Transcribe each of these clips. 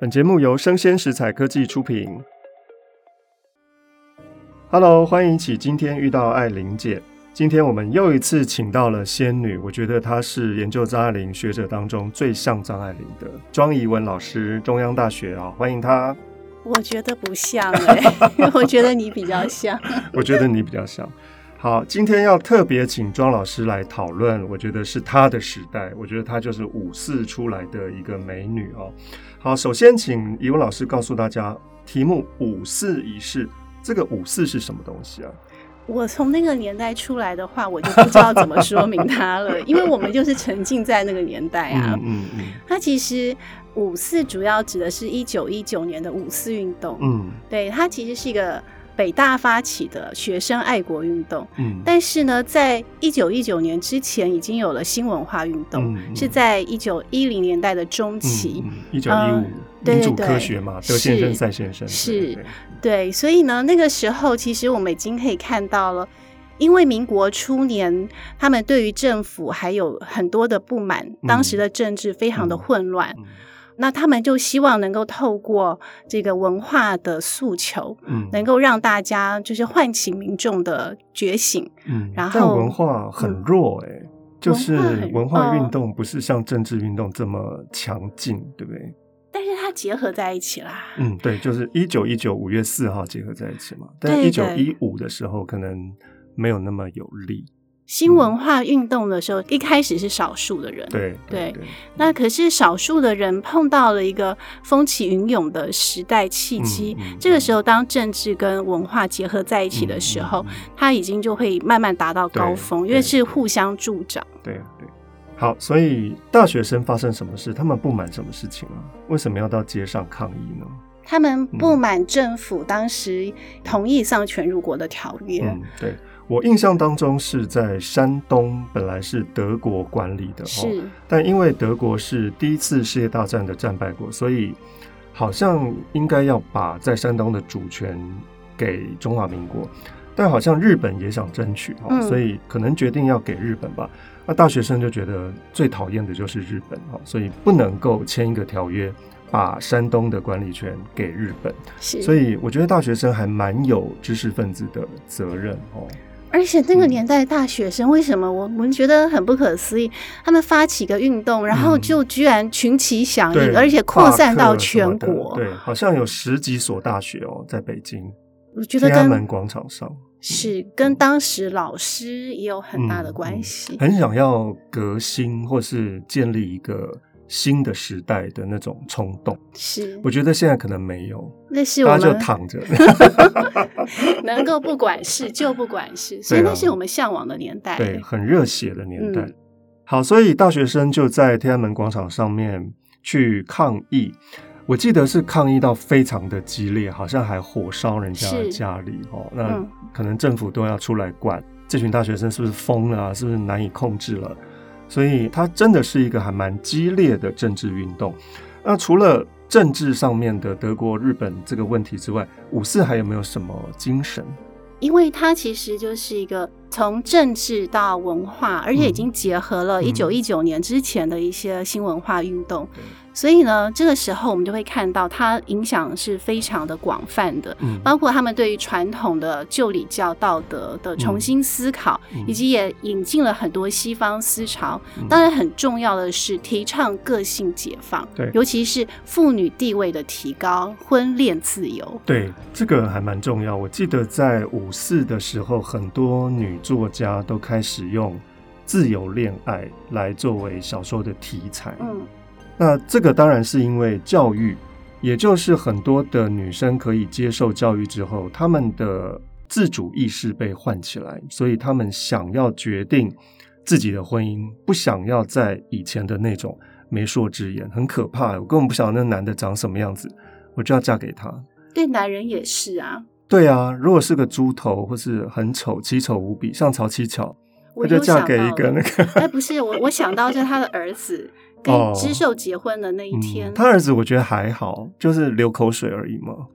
本节目由生鲜食材科技出品。Hello， 欢迎起今天遇到艾琳姐。今天我们又一次请到了仙女，我觉得她是研究张爱玲学者当中最像张爱玲的庄怡文老师，中央大学欢迎她。 我觉得不像我觉得你比较像。 我觉得你比较像。好，今天要特别请庄老师来讨论，我觉得是她的时代，我觉得她就是54出来的一个美女好，首先请怡文老师告诉大家题目54仪式，这个54是什么东西啊？ 我从那个年代出来的话，我就不知道怎么说明它了，因为我们就是沉浸在那个年代啊。它其实54主要指的是1919年的54运动。对，它其实是一个北大发起的学生爱国运动。但是呢，在1919年之前已经有了新文化运动，是在1910年代的中期。 1915民主科学嘛，德先生、赛先生是，对，所以呢，那个时候其实我们已经可以看到了，因为民国初年，他们对于政府还有很多的不满，当时的政治非常的混乱。那他们就希望能够透过这个文化的诉求，能够让大家就是唤起民众的觉醒。然后但文化很弱就是文化运动不是像政治运动这么强劲，对不对？ 但是它结合在一起啦。 对，就是1919 5月4号结合在一起嘛。但1915的时候可能没有那么有力。 新文化运动的时候，一开始是少数的人，对，那可是少数的人碰到了一个风起云涌的时代契机。这个时候，当政治跟文化结合在一起的时候，它已经就会慢慢达到高峰，因为是互相助长。 对。好，所以大学生发生什么事？他们不满什么事情啊？为什么要到街上抗议呢？ 他们不满政府当时同意丧权辱国的条约。 对。我印象当中是在山东，本来是德国管理的，但因为德国是第一次世界大战的战败国，所以好像应该要把在山东的主权给中华民国，但好像日本也想争取，所以可能决定要给日本吧。那大学生就觉得最讨厌的就是日本，所以不能够签一个条约把山东的管理权给日本。所以我觉得大学生还蛮有知识分子的责任。 而且那个年代的大学生为什么我们觉得很不可思议，他们发起个运动，然后就居然群起响应，而且扩散到全国。 对，好像有10几所大学在北京， 我觉得天安门广场上是跟当时老师也有很大的关系。 很想要革新或是建立一个新的时代的那种冲动。 是， 我觉得现在可能没有， 那是我们大家就躺着能够不管事就不管事，所以那是我们向往的年代。 对，很热血的年代。好，所以大学生就在天安门广场上面去抗议，我记得是抗议到非常的激烈，好像还火烧人家的家里那可能政府都要出来管这群大学生是不是疯了啊，是不是难以控制了。所以它真的是一个还蛮激烈的政治运动。那除了政治上面的德国、日本这个问题之外，54还有没有什么精神？ 因为它其实就是一个从政治到文化，而且已经结合了1919年之前的一些新文化运动。所以呢，这个时候我们就会看到它影响是非常的广泛的，包括他们对于传统的旧礼教道德的重新思考，以及也引进了很多西方思潮。当然很重要的是提倡个性解放，尤其是妇女地位的提高，婚恋自由。 对，这个还蛮重要。我记得在54的时候，很多女作家都开始用自由恋爱来作为小说的题材。那这个当然是因为教育，也就是很多的女生可以接受教育之后，她们的自主意识被唤起来，所以她们想要决定自己的婚姻，不想要在以前的那种媒妁之言，很可怕。我根本不晓得那男的长什么样子，我就要嫁给他。 对男人也是啊。 对啊，如果是个猪头或是很丑，奇丑无比，像曹七巧，他就嫁给一个那个不是我想到就是他的儿子跟知寿结婚的那一天。 他儿子我觉得还好，就是流口水而已嘛。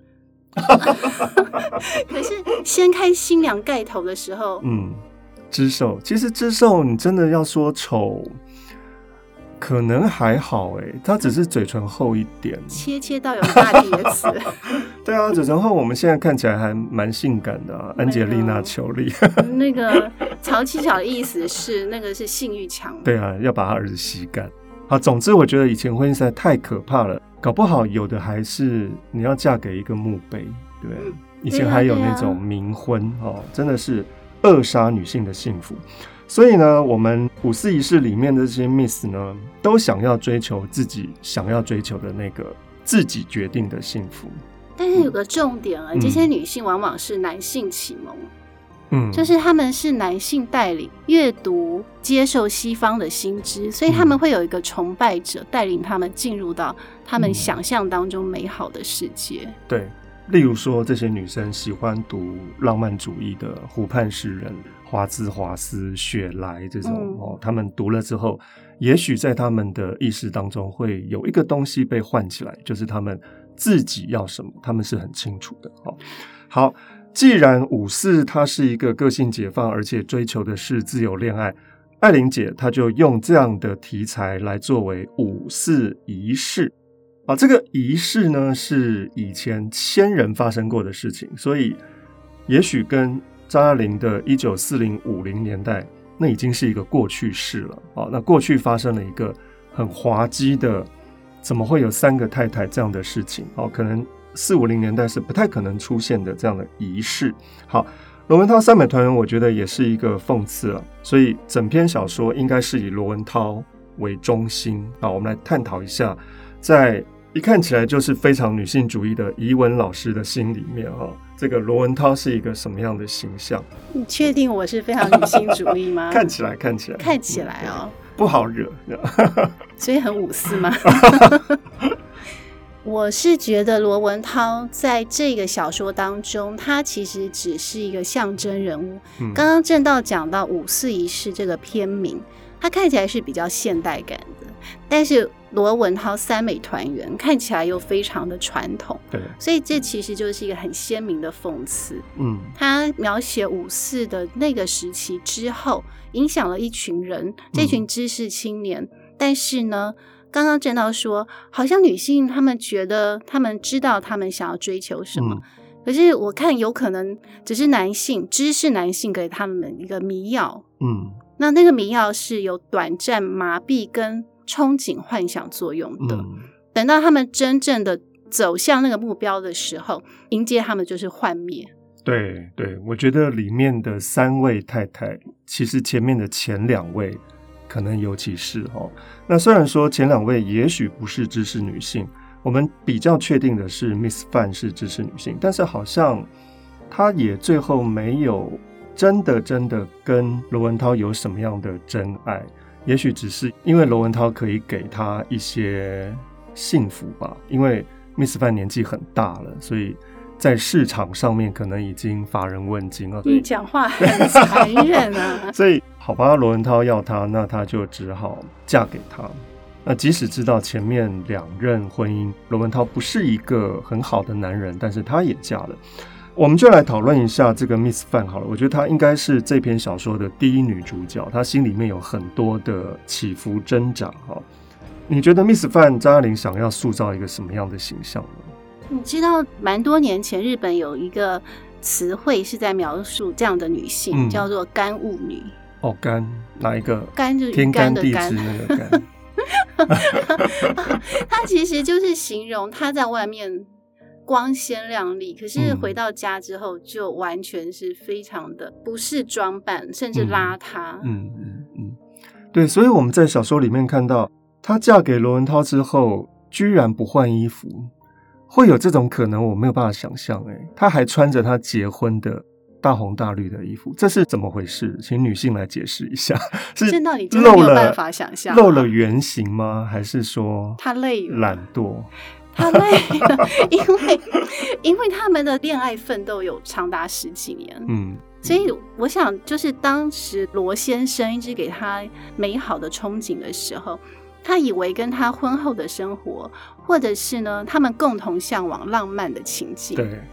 可是掀开新娘盖头的时候， 知寿，其实知寿你真的要说丑， 可能还好他只是嘴唇厚一点， 切到有大叠词。 对啊，嘴唇厚我们现在看起来还蛮性感的啊，安吉丽娜·裘丽。 那个曹七巧的意思是那个是性欲强。 对啊，要把他儿子吸干。好，总之我觉得以前婚姻实在太可怕了，搞不好有的还是你要嫁给一个墓碑，对不对？以前还有那种冥婚真的是扼杀女性的幸福。所以呢，我们54仪式里面的这些 Miss 呢，都想要追求自己想要追求的那个自己决定的幸福。 但是有个重点这些女性往往是男性启蒙，就是他们是男性带领阅读接受西方的新知，所以他们会有一个崇拜者带领他们进入到他们想象当中美好的世界。 对，例如说这些女生喜欢读浪漫主义的湖畔诗人华兹华斯、雪莱这种他们读了之后，也许在他们的意识当中会有一个东西被唤起来，就是他们自己要什么，他们是很清楚的。好，既然54它是一个个性解放，而且追求的是自由恋爱，艾琳姐她就用这样的题材来作为54仪式。这个仪式呢是以前先人发生过的事情，所以也许跟张爱玲的1940、50年代那已经是一个过去式了。那过去发生了一个很滑稽的怎么会有3个太太这样的事情，可能40、50年代是不太可能出现的这样的仪式。好，罗文涛三美团圆我觉得也是一个讽刺了，所以整篇小说应该是以罗文涛为中心。我们来探讨一下，在一看起来就是非常女性主义的怡文老师的心里面这个罗文涛是一个什么样的形象？ 你确定我是非常女性主义吗？ 看起来不好惹。 所以很54吗？我是觉得罗文涛在这个小说当中，他其实只是一个象征人物。刚刚正道讲到54仪式这个片名，它看起来是比较现代感的，但是罗文涛三美团圆看起来又非常的传统， 对， 所以这其实就是一个很鲜明的讽刺。他描写54的那个时期之后，影响了一群人，这群知识青年，但是呢，刚刚正道说，好像女性她们觉得她们知道她们想要追求什么，可是我看有可能只是男性知识男性给他们一个迷药，那个迷药是有短暂麻痹跟憧憬幻想作用的，等到他们真正的走向那个目标的时候，迎接他们就是幻灭。 对，我觉得里面的3位太太，其实前面的前2位可能尤其是那虽然说前2位也许不是知识女性，我们比较确定的是 Miss 范是知识女性，但是好像她也最后没有真的跟罗文涛有什么样的真爱，也许只是因为罗文涛可以给她一些幸福吧，因为 Miss 范年纪很大了，所以在市场上面可能已经乏人问津了。 你讲话很残忍啊！ 所以好吧，罗文涛要她，那她就只好嫁给他。那即使知道前面2任婚姻罗文涛不是一个很好的男人，但是她也嫁了。我们就来讨论一下这个 Miss 范好了，我觉得她应该是这篇小说的第一女主角，她心里面有很多的起伏挣扎。你觉得 Miss 范张爱玲想要塑造一个什么样的形象呢？ 你知道蛮多年前日本有一个词汇是在描述这样的女性，叫做干物女。 干哪一个？ 干就是天干地支那个干。 它其实就是形容她在外面光鲜亮丽，可是回到家之后就完全是非常的不是装扮，甚至邋遢。 对，所以我们在小说里面看到她嫁给罗文涛之后居然不换衣服，会有这种可能我没有办法想象。她还穿着她结婚的大红大绿的衣服，这是怎么回事？请女性来解释一下。是真的你真的没有办法想象露了原型吗？还是说她累了懒惰？ 她累了，因为他们的恋爱奋斗有长达10几年。所以我想就是当时罗先生一直给他美好的憧憬的时候，他以为跟他婚后的生活，或者是呢他们共同向往浪漫的情境， 对，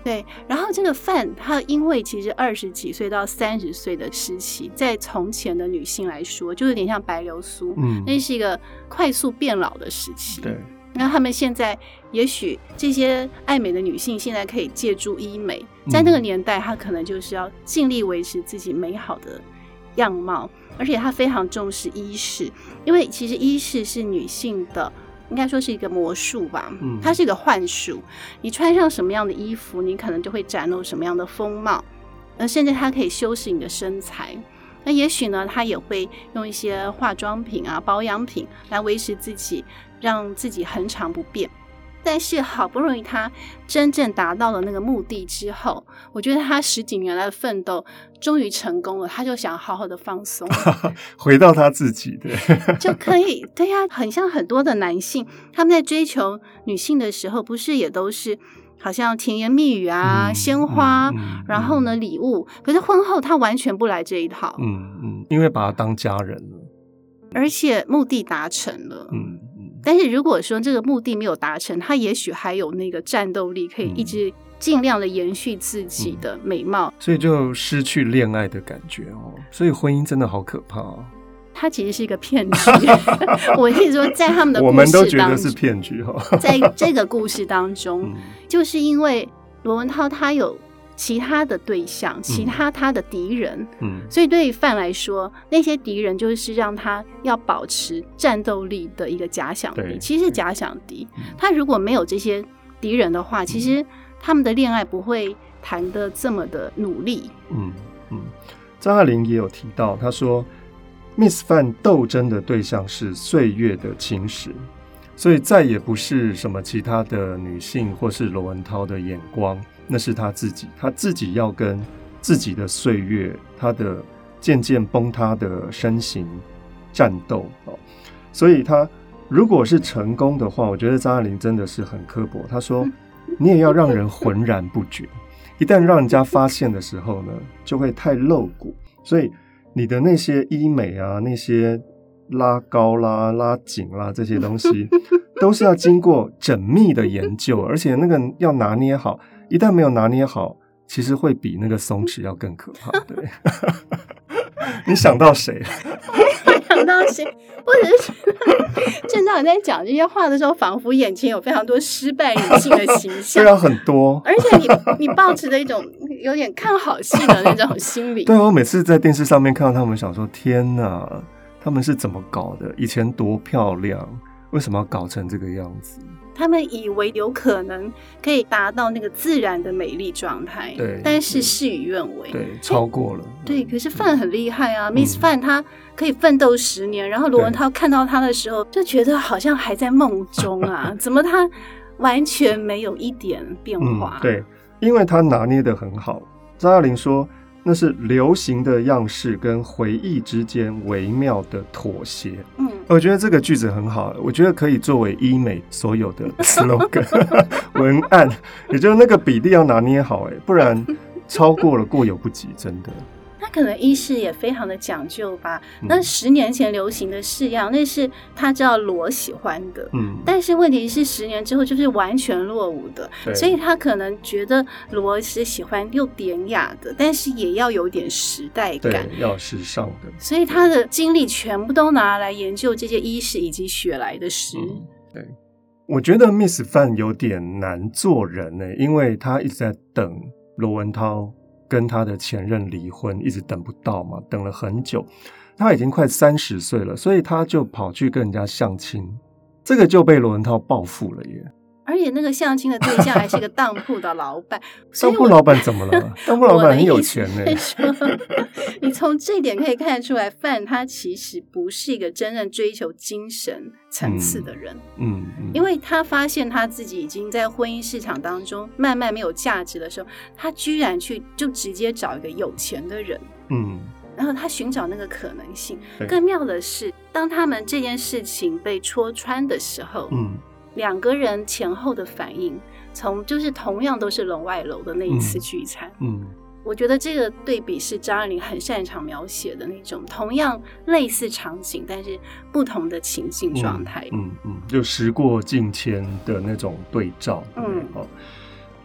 对，然后这个范他因为其实20几岁到30岁的时期，在从前的女性来说就有点像白流苏，那是一个快速变老的时期。 对， 那他们现在也许这些爱美的女性现在可以借助医美，在那个年代她可能就是要尽力维持自己美好的样貌，而且她非常重视衣饰，因为其实衣饰是女性的应该说是一个魔术吧，它是一个幻术，你穿上什么样的衣服你可能就会展露什么样的风貌，甚至它可以修饰你的身材。那也许呢它也会用一些化妆品啊保养品来维持自己，让自己恒常不变。但是好不容易他真正达到了那个目的之后，我觉得他10几年来的奋斗终于成功了，他就想好好的放松回到他自己的就可以。对呀，很像很多的男性他们在追求女性的时候不是也都是好像甜言蜜语啊鲜花然后呢礼物，可是婚后他完全不来这一套因为把他当家人了， 而且目的达成了但是如果说这个目的没有达成，他也许还有那个战斗力可以一直尽量的延续自己的美貌所以就失去恋爱的感觉所以婚姻真的好可怕它其实是一个骗局我一直说在他们的故事当中， 我们都觉得是骗局在这个故事当中就是因为罗文涛他有其他的对象，其他的敌人所以对于范来说，那些敌人就是让他要保持战斗力的一个假想敌，其实是假想敌他如果没有这些敌人的话，其实他们的恋爱不会谈得这么的努力张爱玲也有提到，她说 Miss 范斗争的对象是岁月的侵蚀，所以再也不是什么其他的女性或是罗文涛的眼光，那是他自己要跟自己的岁月，他的渐渐崩塌的身形战斗所以他如果是成功的话，我觉得张爱玲真的是很刻薄，他说你也要让人浑然不觉一旦让人家发现的时候呢，就会太露骨，所以你的那些医美啊，那些拉高啦拉紧啦这些东西都是要经过缜密的研究，而且那个要拿捏好，一旦没有拿捏好，其实会比那个松弛要更可怕对你想到谁想到谁？或者是正当你在讲这些话的时候，仿佛眼前有非常多失败女性的形象， 对啊，很多， 而且你抱持着一种有点看好戏的那种心理。 对，我每次在电视上面看到他们，想说天哪，他们是怎么搞的？以前多漂亮，为什么要搞成这个样子？ 他们以为有可能可以达到那个自然的美丽状态， 对， 但是事与愿违， 对，超过了。 对，可是范很厉害啊，Miss 范她可以奋斗10年，然后罗文涛看到她的时候就觉得好像还在梦中啊，怎么她完全没有一点变化？ 对，因为她拿捏得很好。张爱玲说，那是流行的样式跟回忆之间微妙的妥协。我觉得这个句子很好，我觉得可以作为医美所有的 slogan 文案，也就是那个比例要拿捏好，不然超过了过犹不及，真的。 他可能衣饰也非常的讲究吧，那10年前流行的式样，那是他知道罗喜欢的，但是问题是10年之后就是完全落伍的，所以他可能觉得罗是喜欢又典雅的，但是也要有点时代感， 对，要时尚的， 所以他的精力全部都拿来研究这些衣饰以及学来的诗。 对，我觉得 Miss 范有点难做人因为他一直在等罗文涛跟他的前任离婚，一直等不到嘛，等了很久，他已经快30岁了，所以他就跑去跟人家相亲，这个就被罗文涛报复了耶。 而且那个相亲的对象还是一个当铺的老板当铺老板怎么了？当铺老板很有钱你从这一点可以看出来，范他其实不是一个真正追求精神层次的人因为他发现他自己已经在婚姻市场当中慢慢没有价值的时候，他居然就直接找一个有钱的人然后他寻找那个可能性。更妙的是，当他们这件事情被戳穿的时候2个人前后的反应，从就是同样都是楼外楼的那一次聚餐我觉得这个对比是张爱玲很擅长描写的那种同样类似场景但是不同的情境状态就时过境迁的那种对照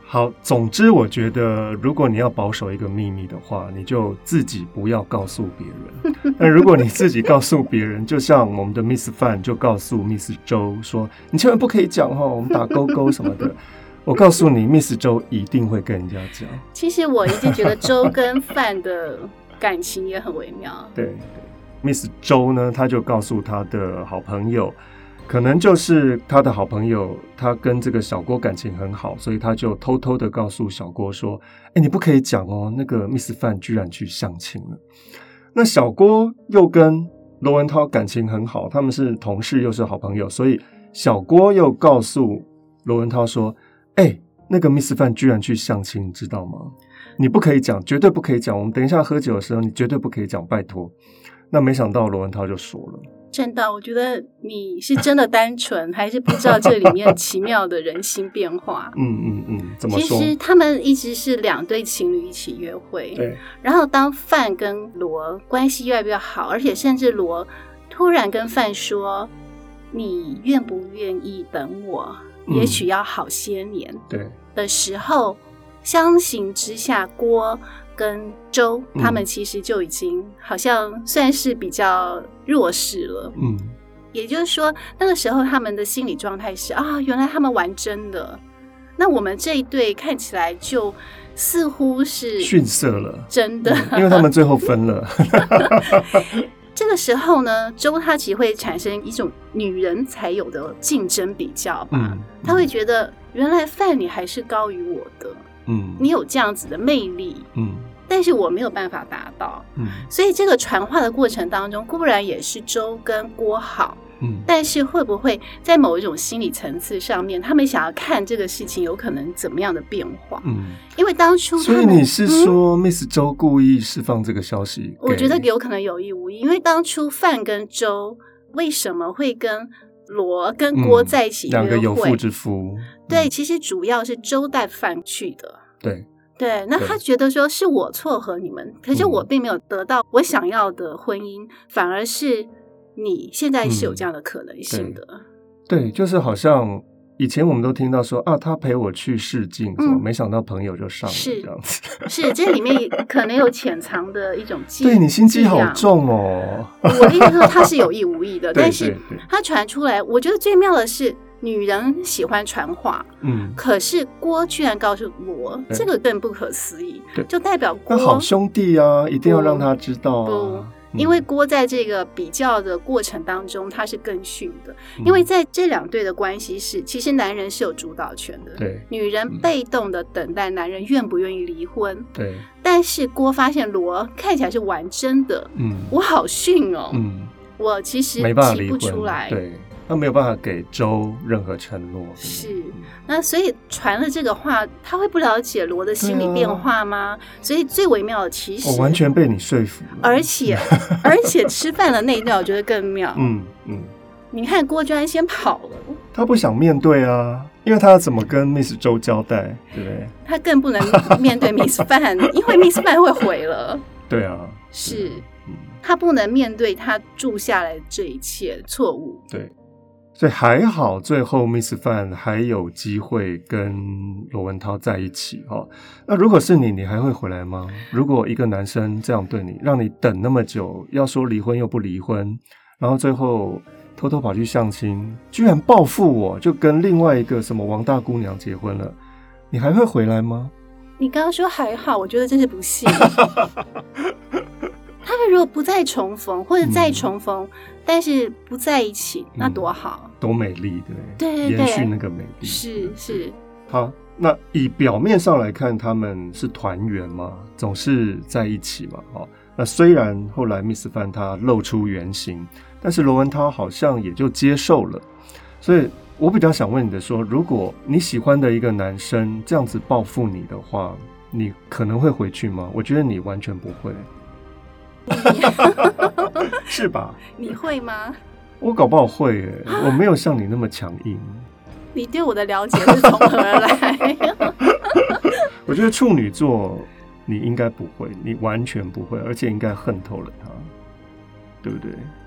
好，总之我觉得如果你要保守一个秘密的话，你就自己不要告诉别人。但如果你自己告诉别人，就像我们的 Miss Fan 就告诉 Miss 周说，你千万不可以讲哦，我们打勾勾什么的。我告诉你 Miss 周一定会跟人家讲。 其实我一直觉得周跟范的感情也很微妙。 对 Miss 周呢，他就告诉他的好朋友，可能就是他的好朋友他跟这个小郭感情很好，所以他就偷偷的告诉小郭说，你不可以讲哦，那个 Miss 范居然去相亲了。那小郭又跟罗文涛感情很好，他们是同事又是好朋友，所以小郭又告诉罗文涛说，那个 Miss 范居然去相亲，你知道吗？你不可以讲，绝对不可以讲，我们等一下喝酒的时候你绝对不可以讲，拜托。那没想到罗文涛就说了。 真的，我觉得你是真的单纯，还是不知道这里面奇妙的人心变化？ 怎么说？ 其实他们一直是2对情侣一起约会， 对。然后当范跟罗关系越来越好，而且甚至罗突然跟范说：“你愿不愿意等我？也许要好些年。” 对的时候，相形之下，郭跟周他们其实就已经好像算是比较弱势了。也就是说那个时候他们的心理状态是原来他们玩真的，那我们这一对看起来就似乎是逊色了， 真的， 因为他们最后分了。 这个时候呢，周他其实会产生一种女人才有的竞争比较吧。他会觉得原来范你还是高于我的，你有这样子的魅力，但是我没有办法达到，所以这个传话的过程当中，固然也是周跟郭好，但是会不会在某一种心理层次上面，他们想要看这个事情有可能怎么样的变化？因为当初所以你是说 Miss 周故意释放这个消息？ 我觉得有可能有意无意，因为当初范跟周为什么会跟罗跟郭在一起约会， 两个有妇之夫， 对，其实主要是周带范去的， 对， 那他觉得说是我撮合你们，可是我并没有得到我想要的婚姻，反而是你现在是有这样的可能性的。 对，就是好像以前我们都听到说他陪我去试镜，没想到朋友就上了这样子。 是这里面可能有潜藏的一种对，你心机好重哦。 我的意思说他是有意无意的，但是他传出来，我觉得最妙的是女人喜欢传话，可是郭居然告诉我，这个更不可思议，就代表郭那好兄弟啊，一定要让他知道不，因为郭在这个比较的过程当中，他是更逊的，因为在这2对的关系是，其实男人是有主导权的， 对， 女人被动的等待男人愿不愿意离婚， 对， 但是郭发现罗看起来是玩真的，我好逊哦，我其实提不出来， 对。他没有办法给周任何承诺， 是那所以传了这个话，他会不了解罗的心理变化吗？所以最微妙的其实我完全被你说服了， 而且吃饭的那一段我觉得更妙。你看郭居然先跑了， 他不想面对啊，因为他要怎么跟 Miss 周交代，对不对？ 他更不能面对 Miss 范，因为 Miss 范会回了。 对啊， 是他不能面对他铸下来这一切错误。 对。所以还好最后 Miss 范还有机会跟罗文涛在一起那如果是你还会回来吗？如果一个男生这样对你，让你等那么久，要说离婚又不离婚，然后最后偷偷跑去相亲，居然报复我，就跟另外一个什么王大姑娘结婚了，你还会回来吗？ 你刚刚说还好，我觉得真是不幸。他们如果不再重逢，或者再重逢，但是不在一起，那多好， 多美丽， 对， 延续那个美丽， 是。 好，那以表面上来看，他们是团圆嘛，总是在一起嘛，那虽然后来 Miss 范他露出原形，但是罗文涛好像也就接受了。所以我比较想问你的说，如果你喜欢的一个男生这样子报复你的话，你可能会回去吗？我觉得你完全不会。是吧？ 你会吗？ 我搞不好会耶，我没有像你那么强硬。 你对我的了解是从何而来？ 我觉得处女座你应该不会，你完全不会，而且应该恨透了他，对不对？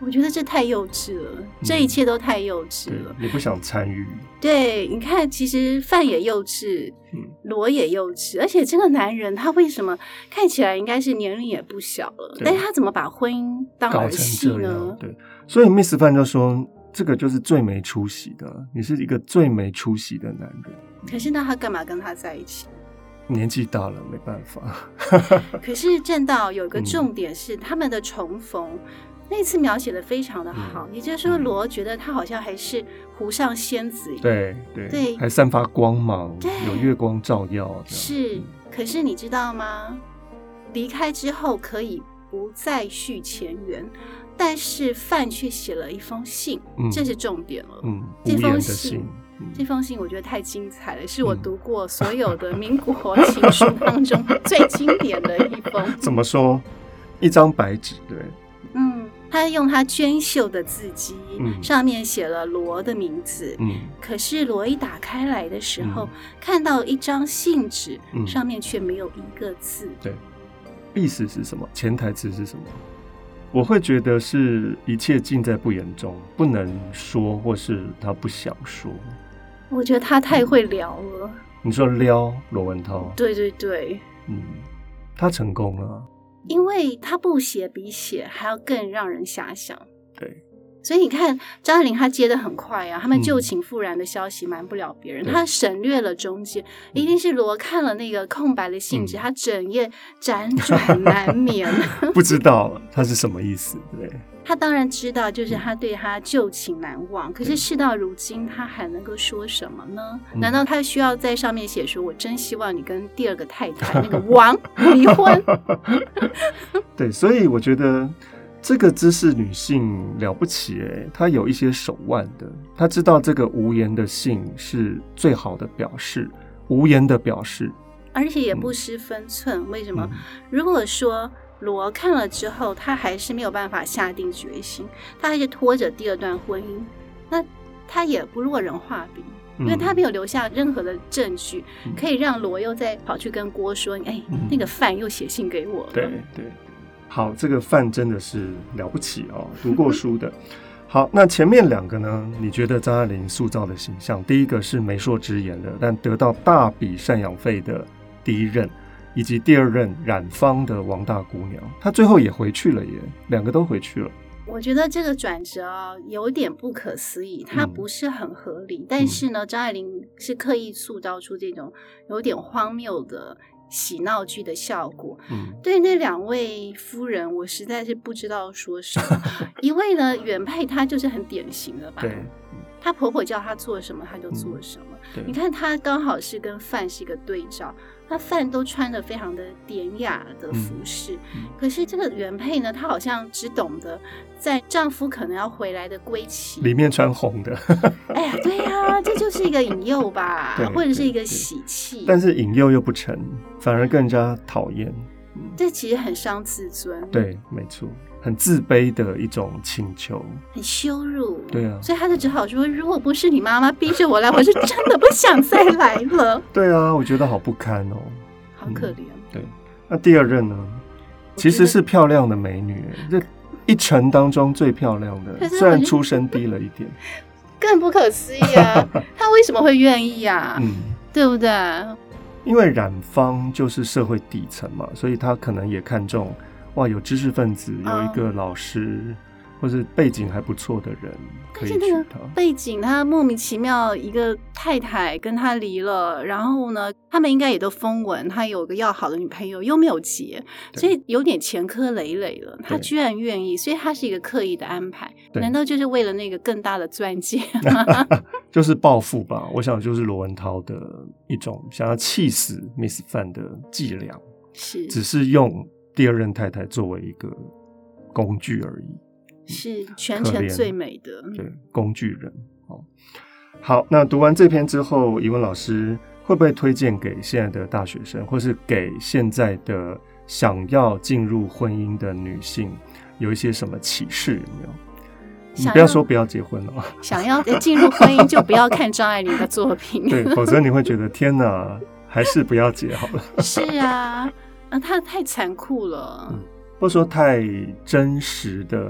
我觉得这太幼稚了，这一切都太幼稚了。 你不想参与。 对，你看，其实范也幼稚，罗也幼稚，而且这个男人他为什么看起来应该是年龄也不小了，但是他怎么把婚姻当儿戏呢？ 对，所以 Miss 范就说，这个就是最没出息的，你是一个最没出息的男人。 可是那他干嘛跟他在一起？ 年纪大了，没办法。 可是正道有个重点是，他们的重逢。那次描写的非常的好，也就是说，罗觉得他好像还是湖上仙子一样，对， 还散发光芒，有月光照耀。 是，可是你知道吗？离开之后可以不再续前缘，但是范却写了一封信，这是重点了。这封信我觉得太精彩了，是我读过所有的民国情书当中最经典的一封。 怎么说？一张白纸，对。 他用他娟秀的字迹，上面写了罗的名字。可是罗一打开来的时候，看到一张信纸，上面却没有一个字。 对，意思是什么？潜台词是什么？我会觉得是一切尽在不言中，不能说，或是他不想说。 我觉得他太会聊了。 你说撩罗文涛？ 对对对， 他成功了。 因为他不写比写还要更让人遐想。 对， 所以你看张爱玲她接得很快啊，他们旧情复燃的消息瞒不了别人，他省略了中间，一定是罗看了那个空白的信纸，他整夜辗转难眠。 不知道他是什么意思。对， 他当然知道，就是他对他旧情难忘，可是事到如今他还能够说什么呢？难道他需要在上面写说我真希望你跟第二个太太那个王离婚？ 对，所以我觉得这个知识女性了不起，她有一些手腕的，她知道这个无言的信是最好的表示，无言的表示， 而且也不失分寸。为什么？如果说罗看了之后他还是没有办法下定决心，他还是拖着第二段婚姻，那他也不落人话柄，因为他没有留下任何的证据可以让罗又再跑去跟郭说，那个范又写信给我了。 对，好，这个范真的是了不起哦，读过书的。好，那前面两个呢？你觉得张爱玲塑造的形象，第一个是媒妁之言的，但得到大笔赡养费的第一任，以及第二任染坊的王大姑娘，她最后也回去了耶，两个都回去了。 我觉得这个转折有点不可思议，它不是很合理，但是呢，张爱玲是刻意塑造出这种有点荒谬的喜闹剧的效果。对那两位夫人，我实在是不知道说什么。一位呢，原配她就是很典型的吧，她婆婆叫她做什么，她就做什么。你看她刚好是跟范是一个对照，她范都穿得非常的典雅的服饰，可是这个原配呢，她好像只懂得在丈夫可能要回来的归期里面穿红的。 哎呀，对呀，这就是一个引诱吧，或者是一个喜气， 但是引诱又不成，反而更加讨厌。 这其实很伤自尊。 对，没错，很自卑的一种请求， 很羞辱。 对啊， 所以他就只好说，如果不是你妈妈逼着我来，我是真的不想再来了。 对啊，我觉得好不堪哦， 好可怜。 对，那第二任呢，其实是漂亮的美女，这一城当中最漂亮的，虽然出身低了一点， 更不可思议啊！他为什么会愿意啊？对不对？ 因为染坊就是社会底层嘛，所以他可能也看重哇，有知识分子，有一个老师，或是背景还不错的人可以娶她。 背景他莫名其妙一个太太跟他离了，然后呢，他们应该也都风闻他有个要好的女朋友，又没有结，所以有点前科累累了。他居然愿意，所以他是一个刻意的安排。难道就是为了那个更大的钻戒吗？ 就是报复吧，我想就是罗文涛的一种想要气死 Miss 范的伎俩，只是用第二任太太作为一个工具而已， 是全程最美的对工具人。好，那读完这篇之后，怡文老师会不会推荐给现在的大学生，或是给现在的想要进入婚姻的女性有一些什么启示？有没有？你不要说不要结婚了， 想要进入婚姻就不要看张爱玲的作品， 对，否则你会觉得天哪，还是不要结好了。 是啊，他太残酷了， 或者说太真实的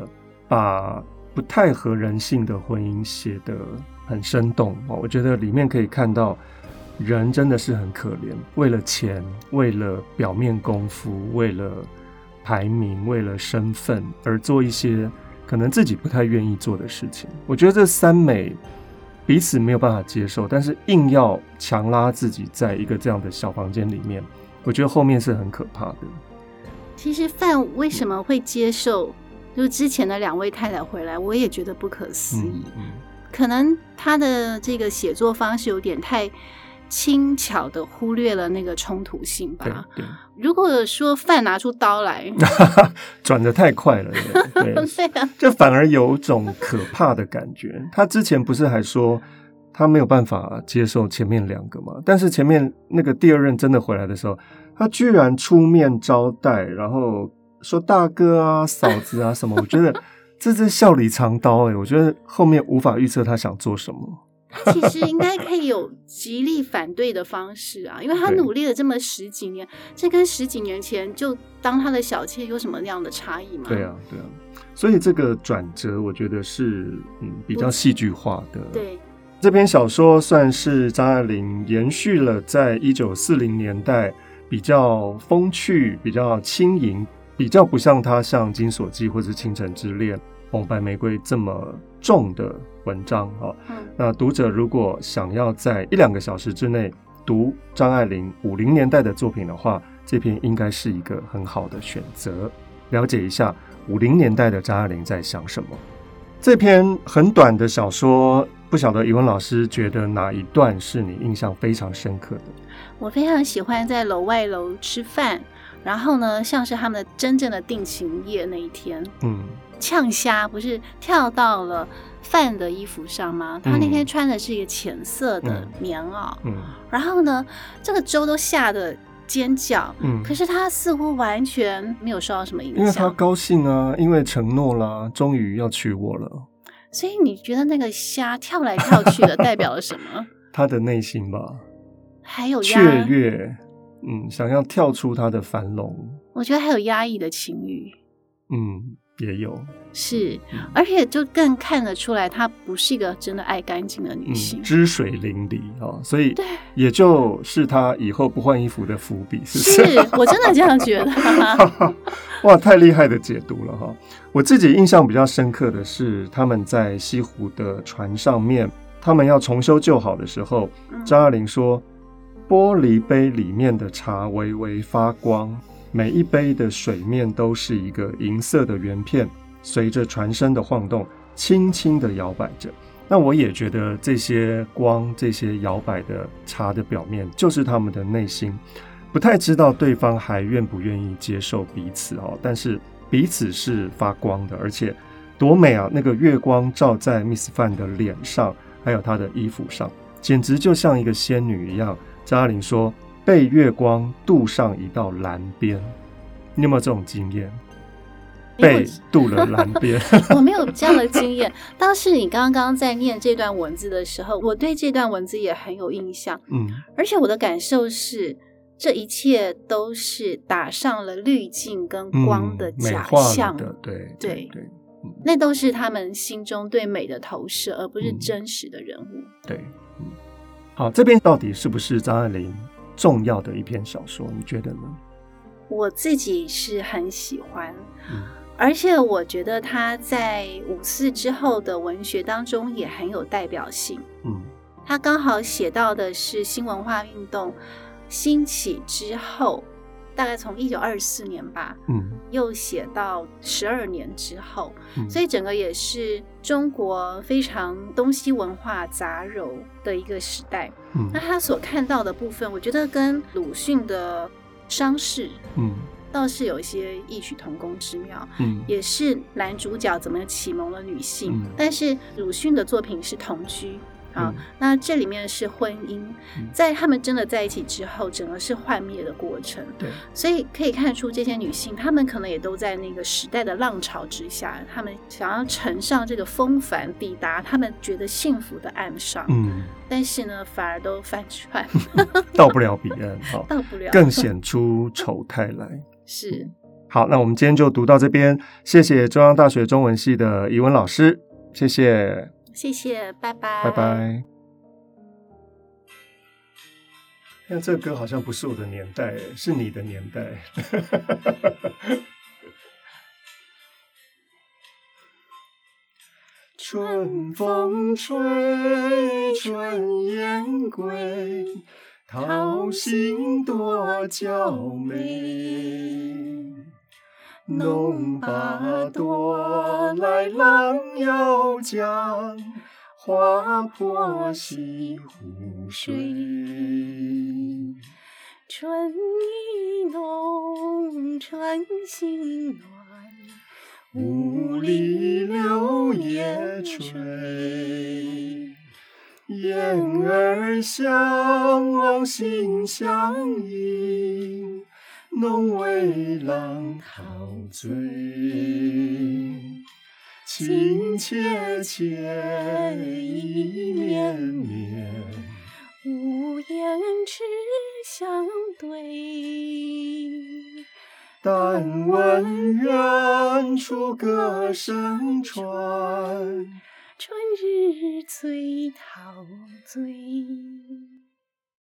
把不太合人性的婚姻写得很生动，我觉得里面可以看到人真的是很可怜，为了钱，为了表面功夫，为了排名，为了身份而做一些可能自己不太愿意做的事情。我觉得这三美彼此没有办法接受，但是硬要强拉自己在一个这样的小房间里面，我觉得后面是很可怕的。 其实范为什么会接受就之前的2位太太回来，我也觉得不可思议。可能他的这个写作方式有点太轻巧的忽略了那个冲突性吧。 对， 如果说范拿出刀来转得太快了，对对啊， 这反而有种可怕的感觉。他之前不是还说他没有办法接受前面2个嘛，但是前面那个第2任真的回来的时候，他居然出面招待，然后说大哥啊嫂子啊什么，我觉得这是笑里藏刀我觉得后面无法预测他想做什么。 他其实应该可以有极力反对的方式啊，因为他努力了这么10几年，这跟10几年前就当他的小妾有什么样的差异吗？ 对啊，所以这个转折我觉得是比较戏剧化的。 对， 这篇小说算是张爱玲延续了在1940年代比较风趣、比较轻盈、比较不像他像《金锁记》或是《倾城之恋》《红白玫瑰》这么重的文章那读者如果想要在1-2个小时之内读张爱玲50年代的作品的话，这篇应该是一个很好的选择，了解一下50年代的张爱玲在想什么。这篇很短的小说，不晓得怡文老师觉得哪一段是你印象非常深刻的？ 我非常喜欢在楼外楼吃饭，然后呢像是他们的真正的定情夜那一天，呛虾不是跳到了范的衣服上吗？他那天穿的是一个浅色的棉袄，然后呢这个周都吓得尖叫，可是他似乎完全没有受到什么影响， 因为他高兴啊，因为承诺啦，终于要娶我了。 所以你觉得那个虾跳来跳去的代表了什么？ 他的内心吧， 还有雀跃，想要跳出他的樊笼。 我觉得还有压抑的情欲， 也有， 是，而且就更看得出来她不是一个真的爱干净的女性， 汁水淋漓所以也就是她以后不换衣服的伏笔，是我真的这样觉得哇，太厉害的解读了我自己印象比较深刻的是他们在西湖的船上面，他们要重修旧好的时候，张爱玲说玻璃杯里面的茶微微发光，每一杯的水面都是一个银色的圆片，随着船身的晃动轻轻地摇摆着。那我也觉得这些光，这些摇摆的茶的表面就是他们的内心，不太知道对方还愿不愿意接受彼此但是彼此是发光的，而且多美啊，那个月光照在 Miss 范的脸上还有她的衣服上，简直就像一个仙女一样。张爱玲说被月光镀上一道蓝边，你有没有这种经验？被镀了蓝边我没有这样的经验。当时你刚刚在念这段文字的时候，我对这段文字也很有印象，而且我的感受是这一切都是打上了滤镜跟光的假象，对，那都是他们心中对美的投射，而不是真实的人物。 对，好，这边到底是不是张爱玲重要的一篇小说？你觉得呢？ 我自己是很喜欢，而且我觉得他在54之后的文学当中也很有代表性。他刚好写到的是新文化运动兴起之后，大概从1924年吧，又写到12年之后，所以整个也是中国非常东西文化杂糅的一个时代。那他所看到的部分，我觉得跟鲁迅的伤逝倒是有一些异曲同工之妙，也是男主角怎么启蒙了女性，但是鲁迅的作品是同居那这里面是婚姻，在他们真的在一起之后，整个是幻灭的过程。 对， 所以可以看出这些女性，她们可能也都在那个时代的浪潮之下，她们想要乘上这个风帆，抵达她们觉得幸福的岸上。但是呢，反而都翻船， 到不了彼岸， 到不了， 更显出丑态来。 是。 好，那我们今天就读到这边，谢谢中央大学中文系的怡文老师，谢谢， 谢谢，拜拜， 拜拜。那这歌好像不是我的年代，是你的年代。春风吹，春雁归，桃心多娇美。弄把朵来郎要将，花破西湖水。 春意浓，春心暖， 雾里柳叶垂。燕儿向往心相印，弄为郎陶醉。情切切，意绵绵， 无言只相对。 但闻远处歌声传， 春日醉陶醉。